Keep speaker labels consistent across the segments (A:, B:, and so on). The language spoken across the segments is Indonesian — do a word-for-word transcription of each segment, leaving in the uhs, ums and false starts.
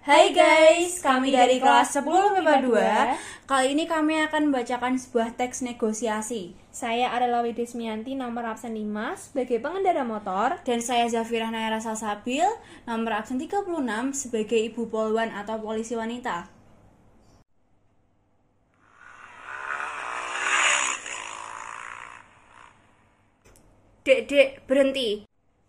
A: Hai guys, kami dari kelas sepuluh M I P A dua. Kali ini kami akan membacakan sebuah teks negosiasi.
B: Saya adalah Widesmianti, nomor absen lima sebagai pengendara motor.
A: Dan saya Zafirah Naira Salsabil, nomor absen tiga puluh enam sebagai ibu polwan atau polisi wanita. Dek, dek, berhenti.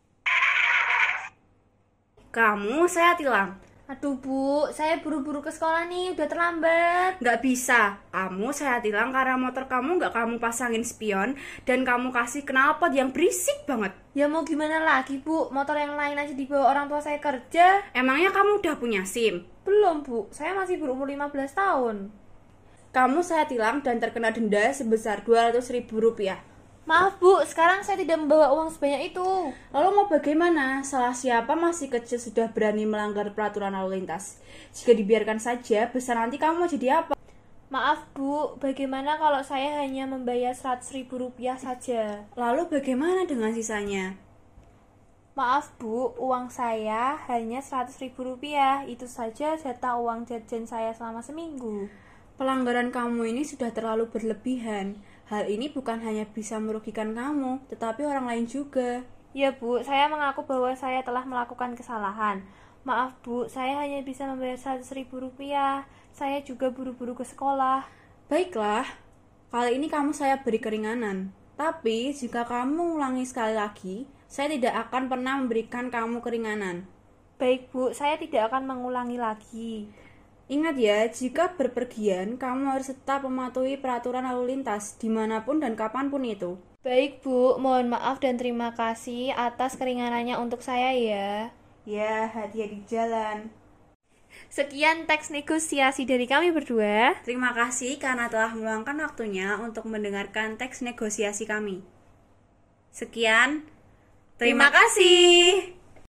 A: Kamu saya tilang.
B: Aduh bu, saya buru-buru ke sekolah nih, udah terlambat.
A: Nggak bisa, kamu saya tilang karena motor kamu nggak kamu pasangin spion dan kamu kasih knalpot yang berisik banget.
B: Ya mau gimana lagi bu, motor yang lain aja dibawa orang tua saya kerja.
A: Emangnya kamu udah punya SIM?
B: Belum bu, saya masih berumur lima belas tahun.
A: Kamu saya tilang dan terkena denda sebesar dua ratus ribu rupiah.
B: Maaf bu, sekarang saya tidak membawa uang sebanyak itu.
A: Lalu mau bagaimana? Salah siapa masih kecil sudah berani melanggar peraturan lalu lintas? Jika dibiarkan saja, besar nanti kamu mau jadi apa?
B: Maaf bu, bagaimana kalau saya hanya membayar seratus ribu rupiah saja?
A: Lalu bagaimana dengan sisanya?
B: Maaf bu, uang saya hanya seratus ribu rupiah. Itu saja jatah uang jajan saya selama seminggu.
A: Pelanggaran kamu ini sudah terlalu berlebihan. Hal ini bukan hanya bisa merugikan kamu, tetapi orang lain juga.
B: Ya bu, saya mengaku bahwa saya telah melakukan kesalahan. Maaf bu, saya hanya bisa membayar seratus ribu rupiah. Saya juga buru-buru ke sekolah.
A: Baiklah, kali ini kamu saya beri keringanan. Tapi jika kamu ulangi sekali lagi, saya tidak akan pernah memberikan kamu keringanan.
B: Baik bu, saya tidak akan mengulangi lagi.
A: Ingat ya, jika berpergian, kamu harus tetap mematuhi peraturan lalu lintas, dimanapun dan kapanpun itu.
B: Baik bu, mohon maaf dan terima kasih atas keringanannya untuk saya ya.
A: Ya, hati-hati di jalan.
B: Sekian teks negosiasi dari kami berdua.
A: Terima kasih karena telah meluangkan waktunya untuk mendengarkan teks negosiasi kami. Sekian, terima kasih.